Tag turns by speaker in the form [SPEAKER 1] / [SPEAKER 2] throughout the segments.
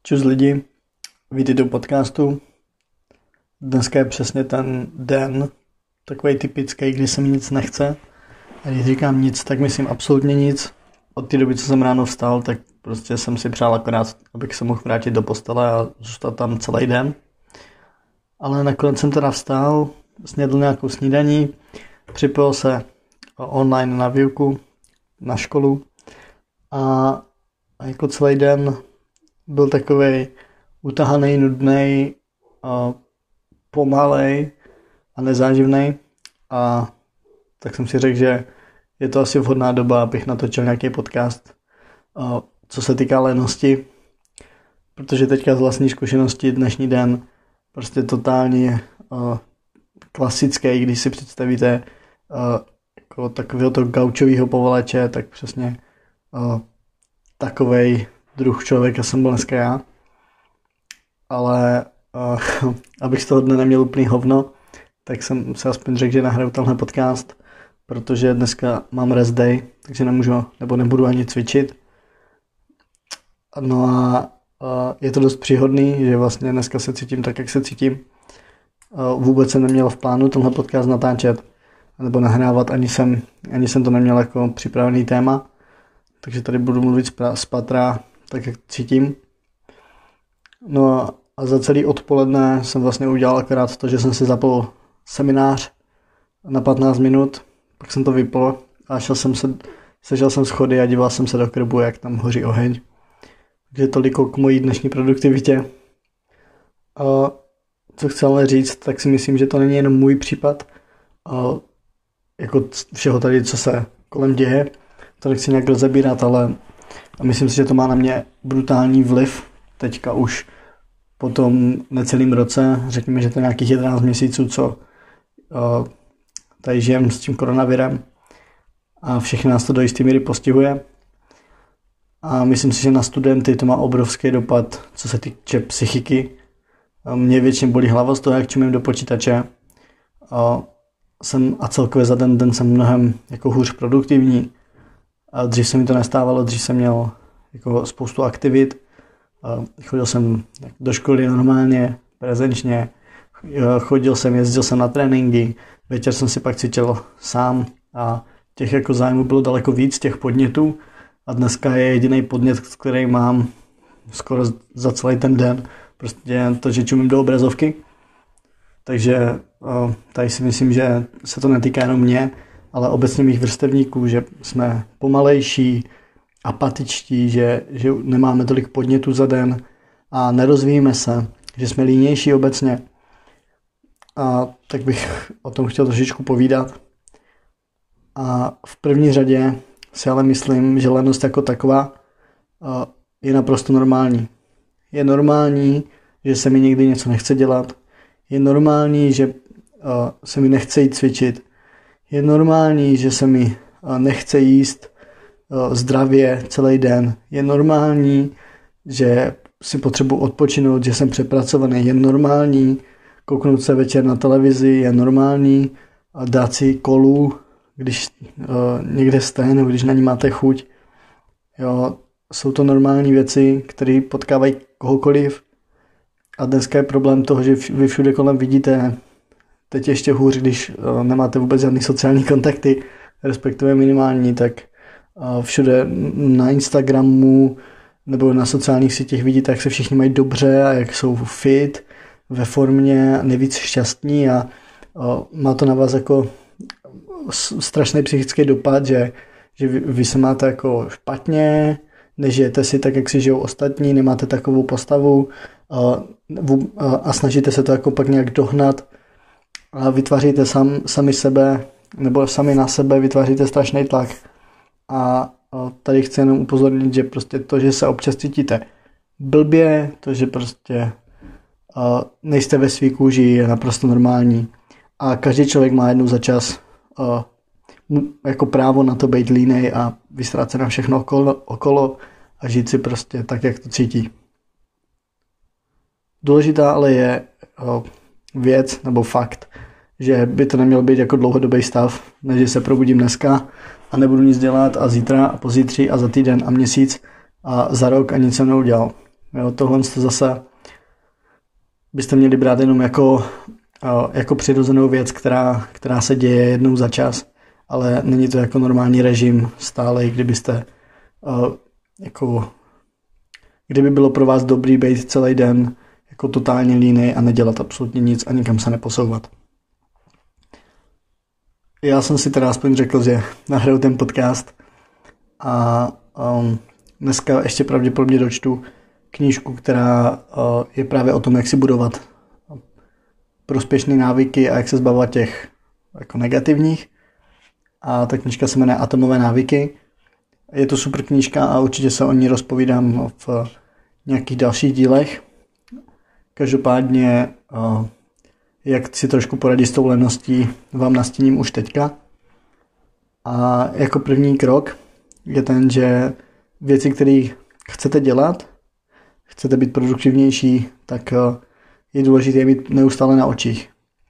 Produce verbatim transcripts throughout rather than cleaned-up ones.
[SPEAKER 1] Čus lidi, vítejte do podcastu. Dneska je přesně ten den, takový typický, kdy se mi nic nechce. A když říkám nic, tak myslím absolutně nic. Od té doby, co jsem ráno vstal, tak prostě jsem si přál akorát, abych se mohl vrátit do postele a zůstat tam celý den. Ale nakonec jsem teda vstal, snědl nějakou snídaní, připojil se online na výuku, na školu a, a jako celý den byl takovej utahaný, nudný, pomalej a nezáživný. A tak jsem si řekl, že je to asi vhodná doba, abych natočil nějaký podcast, a, co se týká lenosti, protože teďka z vlastní zkušenosti dnešní den prostě totálně a, klasický, když si představíte a, jako takového toho gaučového povaleče, tak přesně a, takovej druh člověka jsem byl dneska já. Ale uh, abych z toho dne neměl úplný hovno, tak jsem se aspoň řekl, že nahraju tenhle podcast, protože dneska mám rest day, takže nemůžu, nebo nebudu ani cvičit. No a uh, je to dost příhodný, že vlastně dneska se cítím tak, jak se cítím. Uh, vůbec jsem neměl v plánu tenhle podcast natáčet, nebo nahrávat, ani jsem, ani jsem to neměl jako připravený téma, takže tady budu mluvit z patra, tak jak cítím. No a za celý odpoledne jsem vlastně udělal akorát to, že jsem si zapl seminář na patnáct minut, pak jsem to vypl a šel jsem se, sežel jsem schody a díval jsem se do krbu, jak tam hoří oheň. Takže toliko k mojí dnešní produktivitě. A co chci ale říct, tak si myslím, že to není jenom můj případ, a jako všeho tady, co se kolem děje. To nechci nějak rozebírat, ale myslím si, že to má na mě brutální vliv. Teďka už po tom necelým roce, řekněme, že to je nějakých jedenáct měsíců, co uh, tady žijem s tím koronavirem a všechny nás to do jisté míry postihuje. A myslím si, že na studenty to má obrovský dopad, co se týče psychiky. Mě většině bolí hlava z toho, jak čumím do počítače. Uh, jsem, a celkově za ten den jsem mnohem jako hůř produktivní. A dřív se mi to nestávalo, dřív jsem měl jako spoustu aktivit. Chodil jsem do školy normálně, prezenčně, chodil jsem, jezdil jsem na tréninky, večer jsem si pak cvičil sám a těch jako zájmů bylo daleko víc, těch podnětů a dneska je jediný podnět, který mám skoro za celý ten den, prostě to, že čumím do obrazovky. Takže tady si myslím, že se to netýká jenom mě, ale obecně mých vrstevníků, že jsme pomalejší, apatičtí, že, že nemáme tolik podnětů za den a nerozvíjíme se, že jsme línější obecně. A tak bych o tom chtěl trošičku povídat. A v první řadě si ale myslím, že lenost jako taková je naprosto normální. Je normální, že se mi někdy něco nechce dělat. Je normální, že se mi nechce jít cvičit. Je normální, že se mi nechce jíst zdravě celý den. Je normální, že si potřebuji odpočinout, že jsem přepracovaný. Je normální kouknout se večer na televizi. Je normální dát si kolu, když uh, někde jste, nebo když na ní máte chuť. Jo, jsou to normální věci, které potkávají kohokoliv. A dneska je problém toho, že vy všude kolem vidíte, teď ještě hůř, když uh, nemáte vůbec žádný sociální kontakty, respektive minimální, tak všude na Instagramu nebo na sociálních sítích vidíte, jak se všichni mají dobře a jak jsou fit, ve formě, nejvíc šťastní a, a má to na vás jako strašný psychický dopad, že, že vy, vy se máte jako špatně, nežijete si tak, jak si žijou ostatní, nemáte takovou postavu a, a, a snažíte se to jako pak nějak dohnat a vytváříte sam, sami sebe nebo sami na sebe vytváříte strašný tlak. A tady chci jenom upozornit, že prostě to, že se občas cítíte blbě, to, že prostě nejste ve svý kůži, je naprosto normální. A každý člověk má jednou za čas jako právo na to být línej a vystrat se na všechno okolo, okolo a žít si prostě tak, jak to cítí. Důležitá ale je věc nebo fakt, že by to neměl být jako dlouhodobý stav, než že se probudím dneska a nebudu nic dělat a zítra a pozítří a za týden a měsíc a za rok a nic jsem neudělal. Jo, tohle to zase byste měli brát jenom jako, jako přirozenou věc, která, která se děje jednou za čas, ale není to jako normální režim stále, kdybyste jako kdyby bylo pro vás dobrý být celý den jako totálně línej a nedělat absolutně nic a nikam se neposouvat. Já jsem si teda aspoň řekl, že nahraju ten podcast a um, dneska ještě pravděpodobně dočtu knížku, která uh, je právě o tom, jak si budovat prospěšné návyky a jak se zbavovat těch jako negativních. A ta knížka se jmenuje Atomové návyky. Je to super knížka a určitě se o ní rozpovídám v nějakých dalších dílech. Každopádně, uh, jak si trošku poradit s tou leností, vám nastíním už teďka. A jako první krok je ten, že věci, které chcete dělat, chcete být produktivnější, tak je důležité je mít neustále na očích.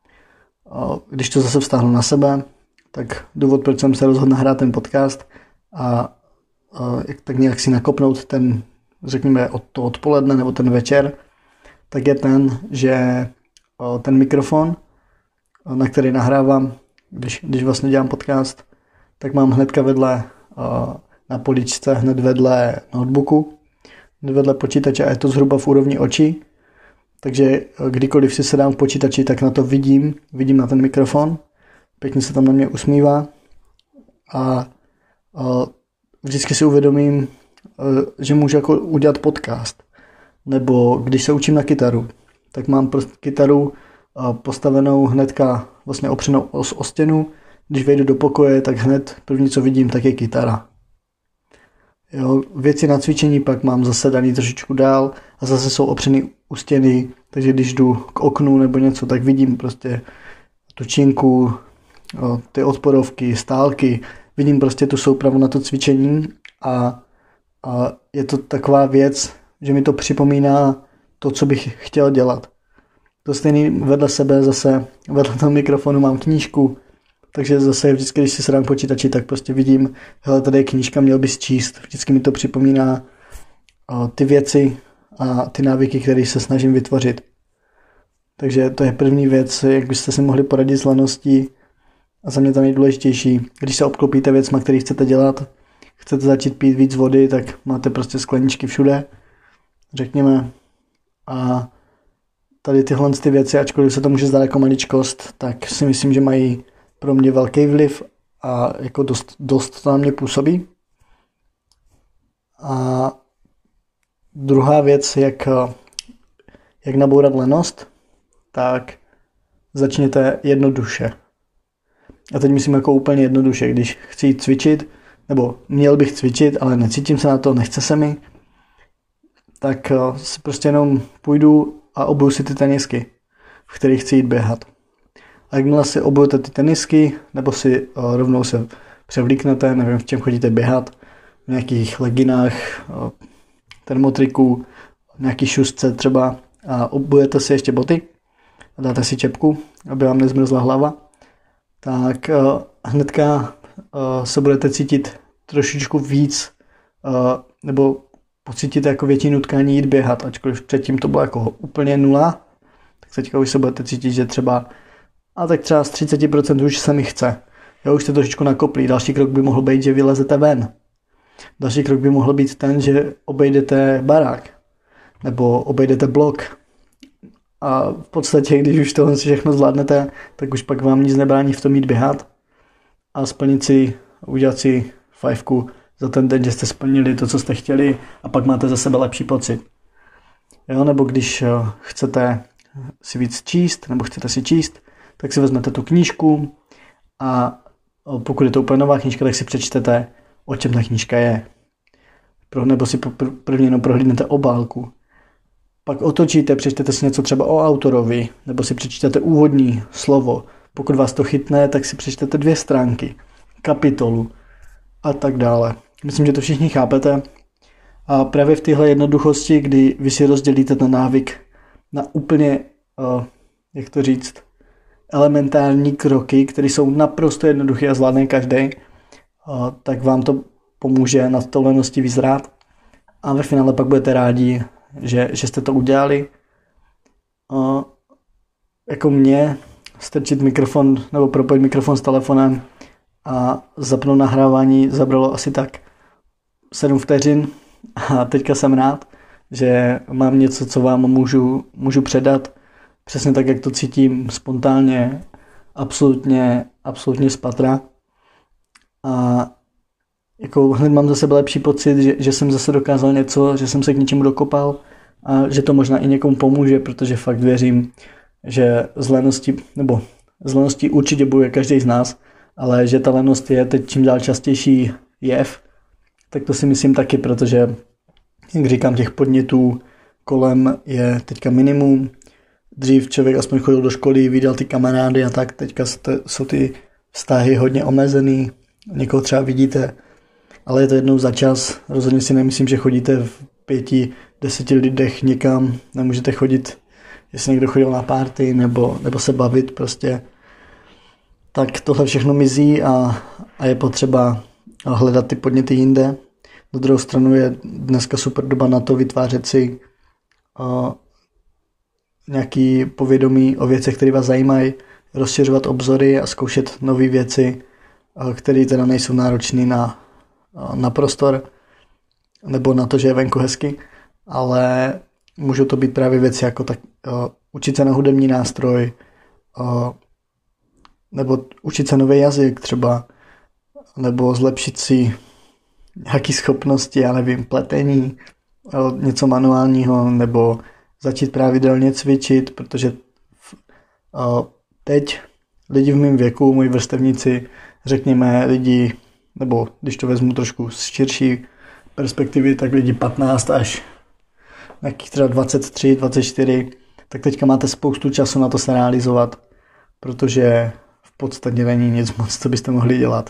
[SPEAKER 1] Když to zase vztáhnu na sebe, tak důvod, proč jsem se rozhodl nahrát ten podcast a tak nějak si nakopnout ten, řekněme, od to odpoledne nebo ten večer, tak je ten, že ten mikrofon, na který nahrávám, když, když vlastně dělám podcast, tak mám hnedka vedle na poličce, hned vedle notebooku, hned vedle počítače a je to zhruba v úrovni očí. Takže kdykoliv si sedám v počítači, tak na to vidím, vidím na ten mikrofon, pěkně se tam na mě usmívá a, a vždycky si uvědomím, že můžu jako udělat podcast. Nebo když se učím na kytaru, tak mám prostě kytaru postavenou hnedka vlastně opřenou o, o stěnu. Když vejdu do pokoje, tak hned první, co vidím, tak je kytara. Jo, věci na cvičení pak mám zase daný trošičku dál a zase jsou opřený u stěny, takže když jdu k oknu nebo něco, tak vidím prostě tu činku, ty odporovky, stálky, vidím prostě tu soupravu na to cvičení a, a je to taková věc, že mi to připomíná to, co bych chtěl dělat. To stejný vedle sebe zase, vedle toho mikrofonu mám knížku, takže zase vždycky, když si sedám k počítači, tak prostě vidím, hele, tady je knížka, měl bys číst. Vždycky mi to připomíná o, ty věci a ty návyky, které se snažím vytvořit. Takže to je první věc, jak byste si mohli poradit s leností. A za mě to nejdůležitější, když se obklopíte věcma, které chcete dělat, chcete začít pít víc vody, tak máte prostě skleničky všude, řekněme. A tady tyhle ty věci, ačkoliv se to může zdát jako maličkost, tak si myslím, že mají pro mě velký vliv a jako dost, dost to na mě působí. A druhá věc, jak, jak nabourat lenost, tak začněte jednoduše. A teď myslím jako úplně jednoduše, když chci jít cvičit, nebo měl bych cvičit, ale necítím se na to, nechce se mi, tak si prostě jenom půjdu a obuju si ty tenisky, v kterých chci jít běhat. A jakmile si obujete ty tenisky, nebo si uh, rovnou se převlíknete, nevím, v čem chodíte běhat, v nějakých leginách, uh, termotriku, nějaký šustce třeba, a obujete si ještě boty a dáte si čepku, aby vám nezmrzla hlava, tak uh, hnedka uh, se budete cítit trošičku víc, uh, nebo pocítíte jako větší nutkání jít běhat, ačkoliv předtím to bylo jako úplně nula, tak teďka už se budete cítit, že třeba a tak třeba z třicet procent už se mi chce. Jo, už jste trošičku nakopli. Další krok by mohl být, že vylezete ven. Další krok by mohl být ten, že obejdete barák. Nebo obejdete blok. A v podstatě, když už tohle všechno zvládnete, tak už pak vám nic nebrání v tom jít běhat a splnit si, udělat si fajfku za ten den, že jste splnili to, co jste chtěli a pak máte za sebe lepší pocit. Jo, nebo když chcete si víc číst, nebo chcete si číst, tak si vezmete tu knížku a pokud je to úplně nová knížka, tak si přečtete, o čem ta knížka je. Nebo si prvně jenom prohlídnete obálku. Pak otočíte, přečtete si něco třeba o autorovi, nebo si přečtete úvodní slovo. Pokud vás to chytne, tak si přečtete dvě stránky, kapitolu a tak dále. Myslím, že to všichni chápete. A právě v téhle jednoduchosti, kdy vy si rozdělíte ten návyk na úplně, uh, jak to říct, elementární kroky, které jsou naprosto jednoduché a zvládne každý, tak vám to pomůže nad tou leností vyzrát a ve finále pak budete rádi, že, že jste to udělali. O, jako mě strčit mikrofon nebo propojit mikrofon s telefonem a zapnout nahrávání zabralo asi tak sedm vteřin a teďka jsem rád, že mám něco, co vám můžu, můžu předat přesně tak, jak to cítím, spontánně, absolutně, absolutně z patra. A jako hned mám za sebe lepší pocit, že, že jsem zase dokázal něco, že jsem se k něčemu dokopal a že to možná i někomu pomůže, protože fakt věřím, že z lenosti, nebo z lenosti určitě bojuje každý z nás, ale že ta lenost je teď čím dál častější jev, tak to si myslím taky, protože, jak říkám, těch podnětů kolem je teďka minimum. Dřív člověk aspoň chodil do školy, viděl ty kamarády a tak, teďka jsou ty vztahy hodně omezený, někoho třeba vidíte, ale je to jednou za čas. Rozhodně si nemyslím, že chodíte v pěti, deseti lidech někam, nemůžete chodit, jestli někdo chodil na party nebo, nebo se bavit prostě. Tak tohle všechno mizí a, a je potřeba hledat ty podněty jinde. Na druhou stranu je dneska super doba na to vytvářet si uh, nějaký povědomí o věcech, které vás zajímají, rozšiřovat obzory a zkoušet nové věci, uh, které teda nejsou náročné na, uh, na prostor nebo na to, že je venku hezky, ale můžou to být právě věci jako tak, uh, učit se na hudební nástroj, uh, nebo učit se nový jazyk třeba, nebo zlepšit si nějaké schopnosti, já nevím, pletení, něco manuálního, nebo začít pravidelně cvičit, protože teď lidi v mém věku, moji vrstevníci, řekněme lidi, nebo když to vezmu trošku z širší perspektivy, tak lidi patnáct až nějakých třeba dvacet tři, dvacet čtyři, tak teďka máte spoustu času na to se realizovat, protože v podstatě není nic moc, co byste mohli dělat.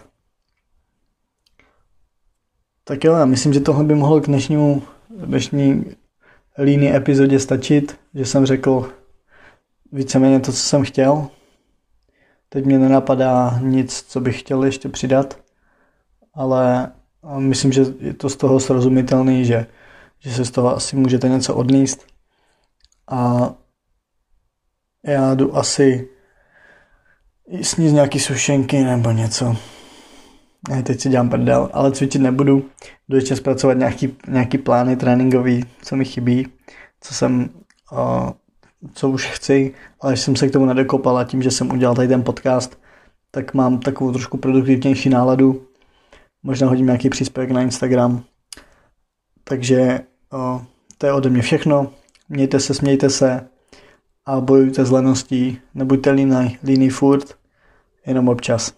[SPEAKER 1] Tak jo, já myslím, že tohle by mohlo k dnešnímu, dnešní líní epizodě stačit, že jsem řekl víceméně to, co jsem chtěl. Teď mě nenapadá nic, co bych chtěl ještě přidat, ale myslím, že je to z toho srozumitelný, že, že se z toho asi můžete něco odníst. A já jdu asi sníst nějaký sušenky nebo něco. Ne, teď si dělám prdel, ale cvičit nebudu. Jdu ještě zpracovat nějaký, nějaký plány tréninkový, co mi chybí, co jsem, uh, co už chci, ale jsem se k tomu nedokopal a tím, že jsem udělal tady ten podcast, tak mám takovou trošku produktivnější náladu. Možná hodím nějaký příspěvek na Instagram. Takže uh, to je ode mě všechno. Mějte se, smějte se a bojujte s leností. Nebuďte línej, líný furt, jenom občas.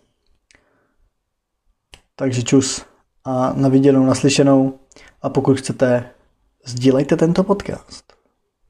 [SPEAKER 1] Takže čus a na viděnou, naslyšenou a pokud chcete, sdílejte tento podcast.